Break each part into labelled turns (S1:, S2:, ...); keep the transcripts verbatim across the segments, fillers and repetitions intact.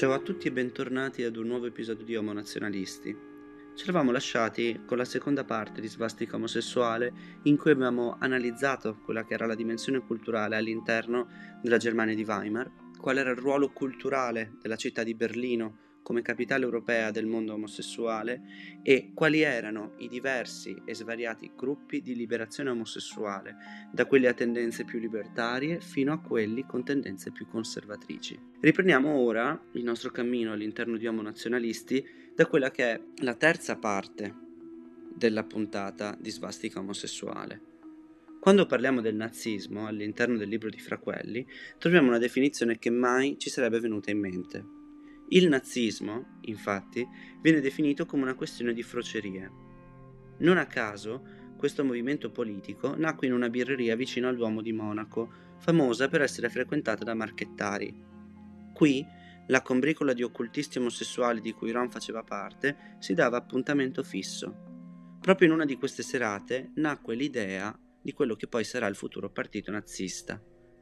S1: Ciao a tutti e bentornati ad un nuovo episodio di Homo Nazionalisti. Ci eravamo lasciati con la seconda parte di Svastica omosessuale, in cui abbiamo analizzato quella che era la dimensione culturale all'interno della Germania di Weimar, qual era il ruolo culturale della città di Berlino come capitale europea del mondo omosessuale e quali erano i diversi e svariati gruppi di liberazione omosessuale, da quelli a tendenze più libertarie fino a quelli con tendenze più conservatrici. Riprendiamo ora il nostro cammino all'interno di Homo Nazionalisti da quella che è la terza parte della puntata di Svastica omosessuale. Quando parliamo del nazismo all'interno del libro di Fraquelli, troviamo una definizione che mai ci sarebbe venuta in mente. Il nazismo, infatti, viene definito come una questione di frocerie. Non a caso, questo movimento politico nacque in una birreria vicino al Duomo di Monaco, famosa per essere frequentata da marchettari. Qui, la combricola di occultisti omosessuali di cui Ron faceva parte si dava appuntamento fisso. Proprio in una di queste serate nacque l'idea di quello che poi sarà il futuro partito nazista.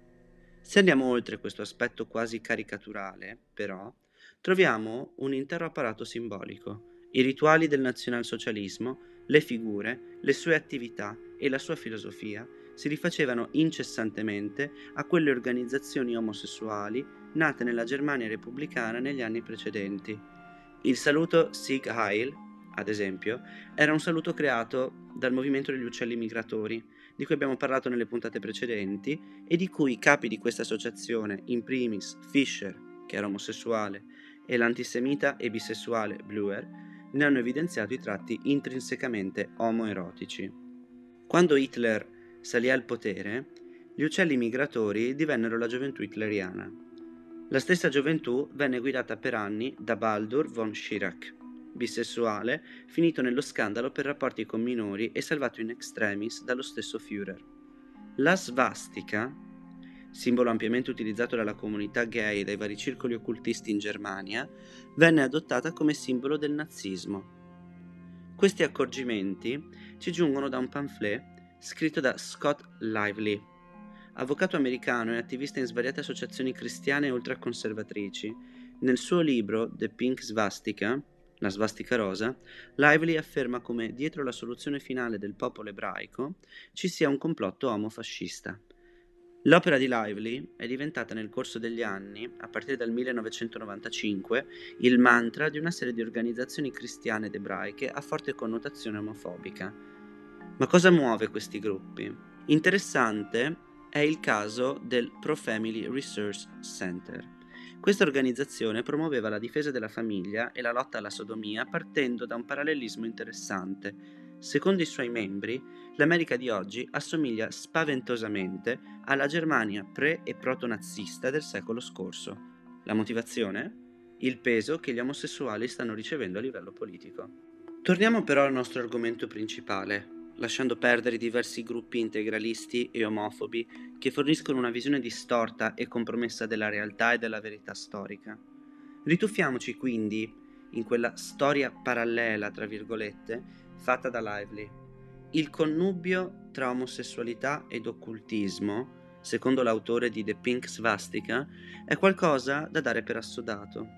S1: Se andiamo oltre questo aspetto quasi caricaturale, però, troviamo un intero apparato simbolico, i rituali del nazionalsocialismo, le figure, le sue attività e la sua filosofia si rifacevano incessantemente a quelle organizzazioni omosessuali nate nella Germania repubblicana negli anni precedenti. Il saluto Sieg Heil, ad esempio, era un saluto creato dal movimento degli uccelli migratori, di cui abbiamo parlato nelle puntate precedenti e di cui i capi di questa associazione, in primis Fischer, che era omosessuale, e l'antisemita e bisessuale Bleuer, ne hanno evidenziato i tratti intrinsecamente omoerotici. Quando Hitler salì al potere, gli uccelli migratori divennero la gioventù hitleriana. La stessa gioventù venne guidata per anni da Baldur von Schirach, bisessuale, finito nello scandalo per rapporti con minori e salvato in extremis dallo stesso Führer. La svastica, simbolo ampiamente utilizzato dalla comunità gay e dai vari circoli occultisti in Germania, venne adottata come simbolo del nazismo. Questi accorgimenti ci giungono da un pamphlet scritto da Scott Lively, avvocato americano e attivista in svariate associazioni cristiane e ultraconservatrici. Nel suo libro The Pink Svastika, la svastica rosa, Lively afferma come dietro la soluzione finale del popolo ebraico ci sia un complotto omofascista. L'opera di Lively è diventata nel corso degli anni, a partire dal millenovecentonovantacinque, il mantra di una serie di organizzazioni cristiane ed ebraiche a forte connotazione omofobica. Ma cosa muove questi gruppi? Interessante è il caso del Pro-Family Research Center. Questa organizzazione promuoveva la difesa della famiglia e la lotta alla sodomia partendo da un parallelismo interessante. Secondo i suoi membri, l'America di oggi assomiglia spaventosamente alla Germania pre- e proto-nazista del secolo scorso. La motivazione? Il peso che gli omosessuali stanno ricevendo a livello politico. Torniamo però al nostro argomento principale, lasciando perdere i diversi gruppi integralisti e omofobi che forniscono una visione distorta e compromessa della realtà e della verità storica. Rituffiamoci quindi in quella storia parallela, tra virgolette, fatta da Lively. Il connubio tra omosessualità ed occultismo, secondo l'autore di The Pink Svastika, è qualcosa da dare per assodato.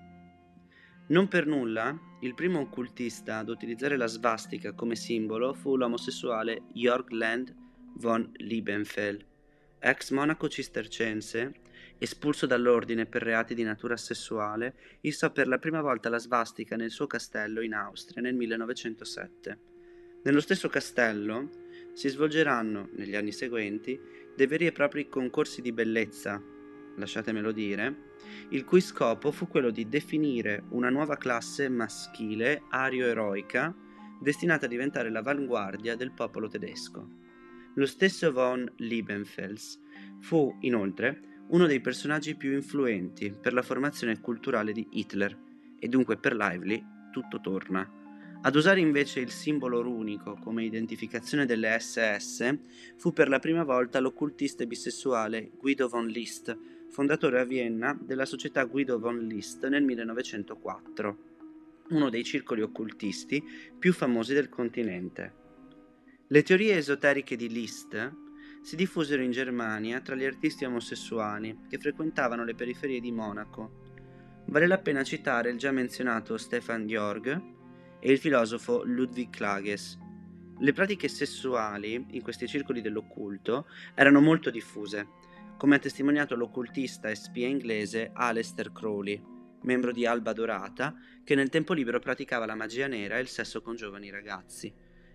S1: Non per nulla, il primo occultista ad utilizzare la svastica come simbolo fu l'omosessuale Jörg Land von Liebenfeld, ex monaco cistercense, espulso dall'ordine per reati di natura sessuale, issò per la prima volta la svastica nel suo castello in Austria nel millenovecentosette. Nello stesso castello si svolgeranno, negli anni seguenti, dei veri e propri concorsi di bellezza, lasciatemelo dire, il cui scopo fu quello di definire una nuova classe maschile ario-eroica destinata a diventare l'avanguardia del popolo tedesco. Lo stesso von Liebenfels fu, inoltre, uno dei personaggi più influenti per la formazione culturale di Hitler e dunque per Lively tutto torna. Ad usare invece il simbolo runico come identificazione delle esse esse fu per la prima volta l'occultista bisessuale Guido von List, fondatore a Vienna della società Guido von List nel millenovecentoquattro, uno dei circoli occultisti più famosi del continente. Le teorie esoteriche di List si diffusero in Germania tra gli artisti omosessuali che frequentavano le periferie di Monaco. vale la pena citare il già menzionato Stefan Georg e il filosofo Ludwig Klages. Le pratiche sessuali in questi circoli dell'occulto erano molto diffuse, come ha testimoniato l'occultista e spia inglese Aleister Crowley, membro di Alba Dorata, che nel tempo libero praticava la magia nera e il sesso con giovani ragazzi.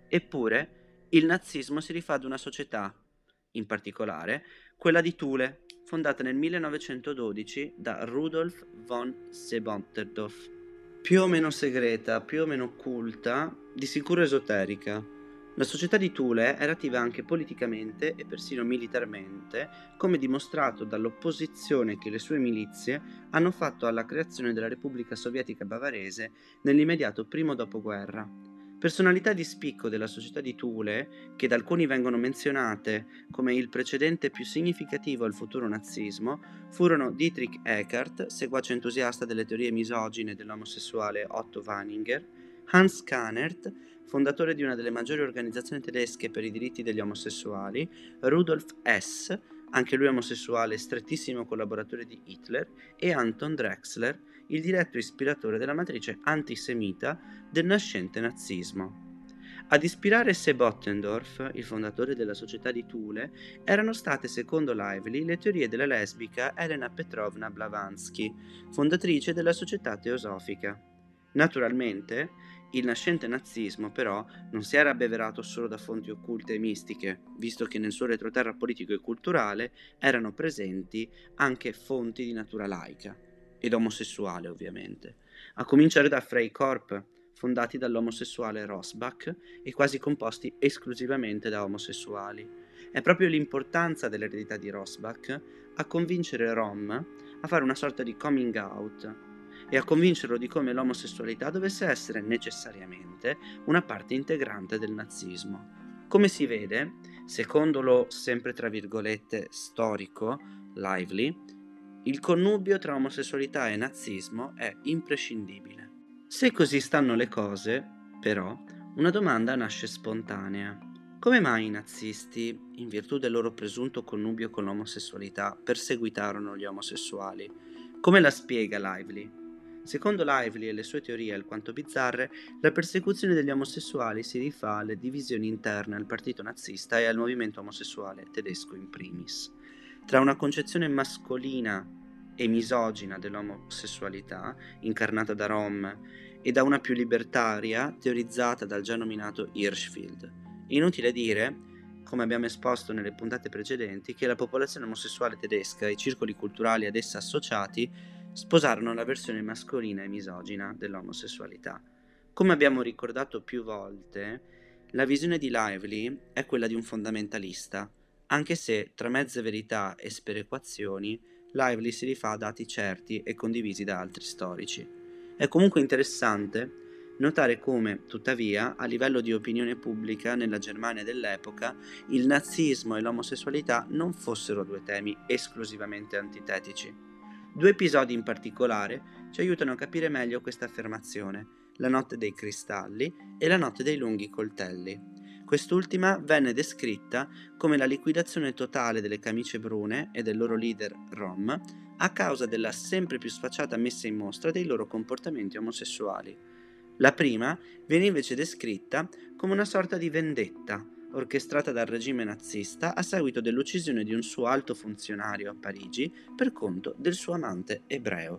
S1: Eppure, il nazismo si rifà ad una società, in particolare quella di Thule, fondata nel millenovecentododici da Rudolf von Sebottendorf. Più o meno segreta, più o meno occulta, di sicuro esoterica. La società di Thule era attiva anche politicamente e persino militarmente, come dimostrato dall'opposizione che le sue milizie hanno fatto alla creazione della Repubblica Sovietica Bavarese nell'immediato primo dopoguerra. Personalità di spicco della società di Thule, che da alcuni vengono menzionate come il precedente più significativo al futuro nazismo, furono Dietrich Eckart, seguace entusiasta delle teorie misogine dell'omosessuale Otto Wanninger, Hans Kannert, fondatore di una delle maggiori organizzazioni tedesche per i diritti degli omosessuali, Rudolf Hess, anche lui omosessuale e strettissimo collaboratore di Hitler, e Anton Drexler, il diretto ispiratore della matrice antisemita del nascente nazismo. Ad ispirare Sebottendorf, il fondatore della società di Thule, erano state, secondo Lively, le teorie della lesbica Elena Petrovna Blavatsky, fondatrice della società teosofica. Naturalmente, il nascente nazismo, però, non si era abbeverato solo da fonti occulte e mistiche, visto che nel suo retroterra politico e culturale erano presenti anche fonti di natura laica, ed omosessuale ovviamente, a cominciare da Freikorp, fondati dall'omosessuale Rosbach e quasi composti esclusivamente da omosessuali. È proprio l'importanza dell'eredità di Rosbach a convincere Rom a fare una sorta di coming out e a convincerlo di come l'omosessualità dovesse essere necessariamente una parte integrante del nazismo. Come si vede, secondo lo sempre tra virgolette storico Lively, il connubio tra omosessualità e nazismo è imprescindibile. Se così stanno le cose, però, una domanda nasce spontanea. Come mai i nazisti, in virtù del loro presunto connubio con l'omosessualità, perseguitarono gli omosessuali? Come la spiega Lively? Secondo Lively e le sue teorie alquanto bizzarre, la persecuzione degli omosessuali si rifà alle divisioni interne al partito nazista e al movimento omosessuale tedesco in primis. Tra una concezione mascolina e misogina dell'omosessualità, incarnata da Rom, e da una più libertaria, teorizzata dal già nominato Hirschfeld. Inutile dire, come abbiamo esposto nelle puntate precedenti, che la popolazione omosessuale tedesca e i circoli culturali ad essa associati sposarono la versione mascolina e misogina dell'omosessualità. Come abbiamo ricordato più volte, la visione di Lively è quella di un fondamentalista, anche se tra mezze verità e sperequazioni Lively si rifà a dati certi e condivisi da altri storici. È comunque interessante notare come, tuttavia, a livello di opinione pubblica nella Germania dell'epoca, il nazismo e l'omosessualità non fossero due temi esclusivamente antitetici. Due episodi in particolare ci aiutano a capire meglio questa affermazione: la notte dei cristalli e la notte dei lunghi coltelli. Quest'ultima venne descritta come la liquidazione totale delle camicie brune e del loro leader Rom a causa della sempre più sfacciata messa in mostra dei loro comportamenti omosessuali. La prima viene invece descritta come una sorta di vendetta orchestrata dal regime nazista a seguito dell'uccisione di un suo alto funzionario a Parigi per conto del suo amante ebreo.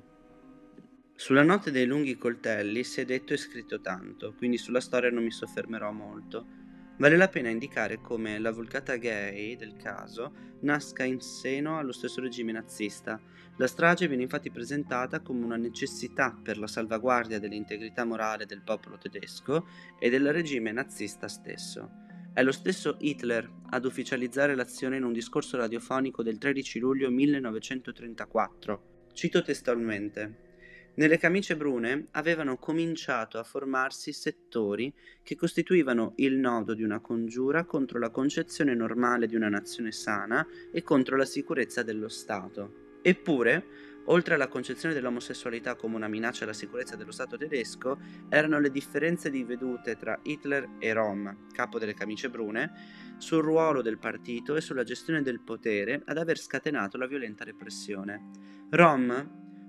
S1: Sulla notte dei lunghi coltelli si è detto e scritto tanto, quindi sulla storia non mi soffermerò molto. Vale la pena indicare come la vulgata gay del caso nasca in seno allo stesso regime nazista. La strage viene infatti presentata come una necessità per la salvaguardia dell'integrità morale del popolo tedesco e del regime nazista stesso. È lo stesso Hitler ad ufficializzare l'azione in un discorso radiofonico del tredici luglio millenovecentotrentaquattro. Cito testualmente: nelle camicie brune avevano cominciato a formarsi settori che costituivano il nodo di una congiura contro la concezione normale di una nazione sana e contro la sicurezza dello Stato. Eppure, oltre alla concezione dell'omosessualità come una minaccia alla sicurezza dello Stato tedesco, erano le differenze di vedute tra Hitler e Rom, capo delle camicie brune, sul ruolo del partito e sulla gestione del potere ad aver scatenato la violenta repressione. Rom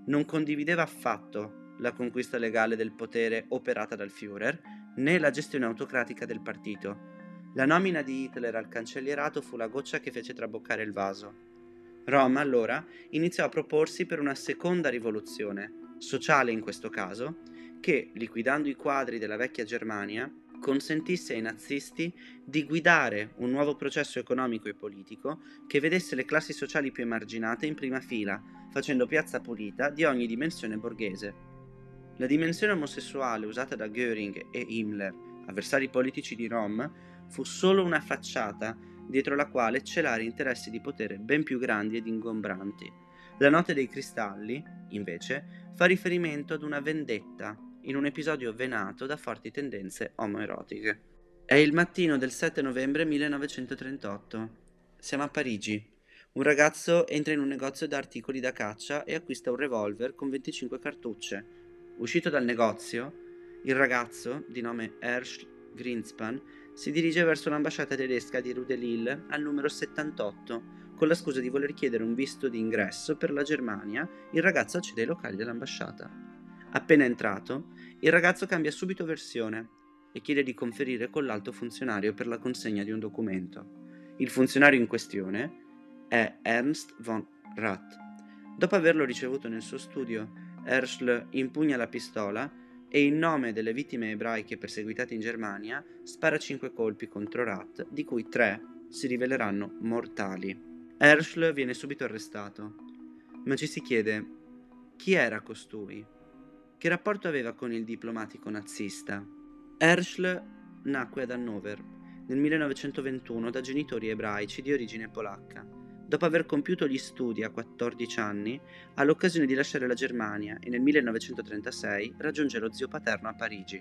S1: non condivideva affatto la conquista legale del potere operata dal Führer, né la gestione autocratica del partito. La nomina di Hitler al cancellierato fu la goccia che fece traboccare il vaso. Roma, allora, iniziò a proporsi per una seconda rivoluzione, sociale in questo caso, che, liquidando i quadri della vecchia Germania, consentisse ai nazisti di guidare un nuovo processo economico e politico che vedesse le classi sociali più emarginate in prima fila, facendo piazza pulita di ogni dimensione borghese. La dimensione omosessuale usata da Göring e Himmler, avversari politici di Rom, fu solo una facciata dietro la quale celare interessi di potere ben più grandi ed ingombranti. La notte dei cristalli, invece, fa riferimento ad una vendetta in un episodio venato da forti tendenze omoerotiche. È il mattino del sette novembre millenovecentotrentotto. Siamo a Parigi. Un ragazzo entra in un negozio d'articoli da caccia e acquista un revolver con venticinque cartucce. Uscito dal negozio, il ragazzo, di nome Herschel Greenspan, si dirige verso l'ambasciata tedesca di Rue de Lille al numero settantotto. Con la scusa di voler chiedere un visto di ingresso per la Germania, il ragazzo accede ai locali dell'ambasciata. Appena entrato, il ragazzo cambia subito versione e chiede di conferire con l'alto funzionario per la consegna di un documento. Il funzionario in questione è Ernst von Rath. Dopo averlo ricevuto nel suo studio, Herschel impugna la pistola e in nome delle vittime ebraiche perseguitate in Germania spara cinque colpi contro Rath, di cui tre si riveleranno mortali. Herschel viene subito arrestato, ma ci si chiede chi era costui? Che rapporto aveva con il diplomatico nazista? Herschel nacque ad Hannover nel millenovecentoventuno da genitori ebraici di origine polacca. Dopo aver compiuto gli studi a quattordici anni, ha l'occasione di lasciare la Germania e nel millenovecentotrentasei raggiunge lo zio paterno a Parigi.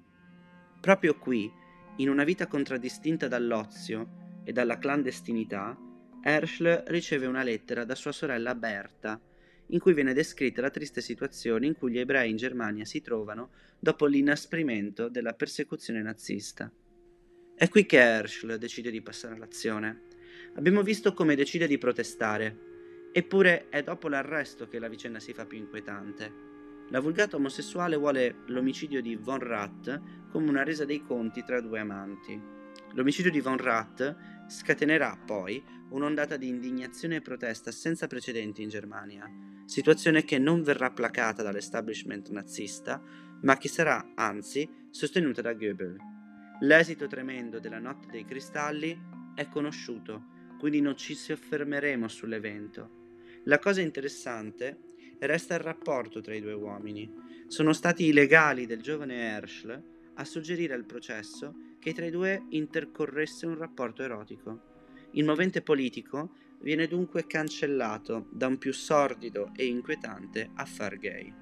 S1: Proprio qui, in una vita contraddistinta dall'ozio e dalla clandestinità, Herschel riceve una lettera da sua sorella Berta, in cui viene descritta la triste situazione in cui gli ebrei in Germania si trovano dopo l'inasprimento della persecuzione nazista. È qui che Herschel decide di passare all'azione. Abbiamo visto come decide di protestare, eppure è dopo l'arresto che la vicenda si fa più inquietante. La vulgata omosessuale vuole l'omicidio di von Rath come una resa dei conti tra due amanti. L'omicidio di von Rath scatenerà poi un'ondata di indignazione e protesta senza precedenti in Germania, situazione che non verrà placata dall'establishment nazista, ma che sarà, anzi, sostenuta da Goebbels. L'esito tremendo della Notte dei Cristalli è conosciuto, quindi non ci soffermeremo sull'evento. La cosa interessante resta il rapporto tra i due uomini. Sono stati i legali del giovane Herschel a suggerire al processo che tra i due intercorresse un rapporto erotico. Il movente politico viene dunque cancellato da un più sordido e inquietante affare gay.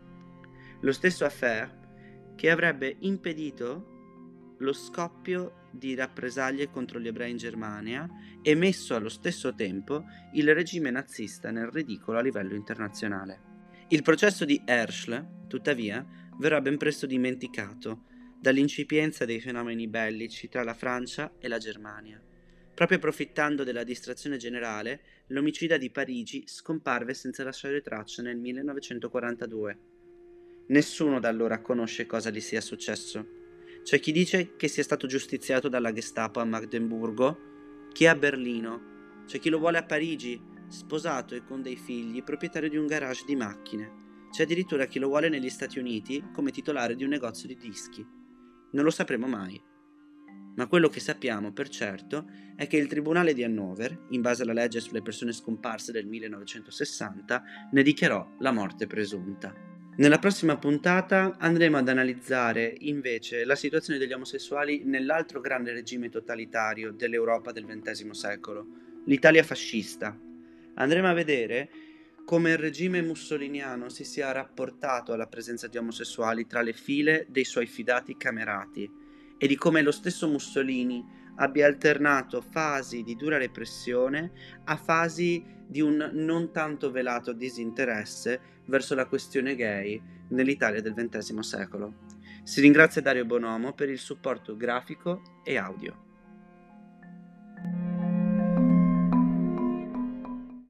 S1: Lo stesso affare che avrebbe impedito lo scoppio di rappresaglie contro gli ebrei in Germania e messo allo stesso tempo il regime nazista nel ridicolo a livello internazionale. Il processo di Herschel, tuttavia, verrà ben presto dimenticato dall'incipienza dei fenomeni bellici tra la Francia e la Germania. Proprio approfittando della distrazione generale, l'omicida di Parigi scomparve senza lasciare traccia nel millenovecentoquarantadue. Nessuno da allora conosce cosa gli sia successo. C'è chi dice che sia stato giustiziato dalla Gestapo a Magdeburgo, chi a Berlino, c'è chi lo vuole a Parigi, sposato e con dei figli, proprietario di un garage di macchine. C'è addirittura chi lo vuole negli Stati Uniti come titolare di un negozio di dischi. Non lo sapremo mai. Ma quello che sappiamo per certo è che il Tribunale di Hannover, in base alla legge sulle persone scomparse del millenovecentosessanta, ne dichiarò la morte presunta. Nella prossima puntata andremo ad analizzare invece la situazione degli omosessuali nell'altro grande regime totalitario dell'Europa del ventesimo secolo, l'Italia fascista. Andremo a vedere come il regime mussoliniano si sia rapportato alla presenza di omosessuali tra le file dei suoi fidati camerati e di come lo stesso Mussolini abbia alternato fasi di dura repressione a fasi di un non tanto velato disinteresse verso la questione gay nell'Italia del ventesimo secolo. Si ringrazia Dario Bonomo per il supporto grafico e audio.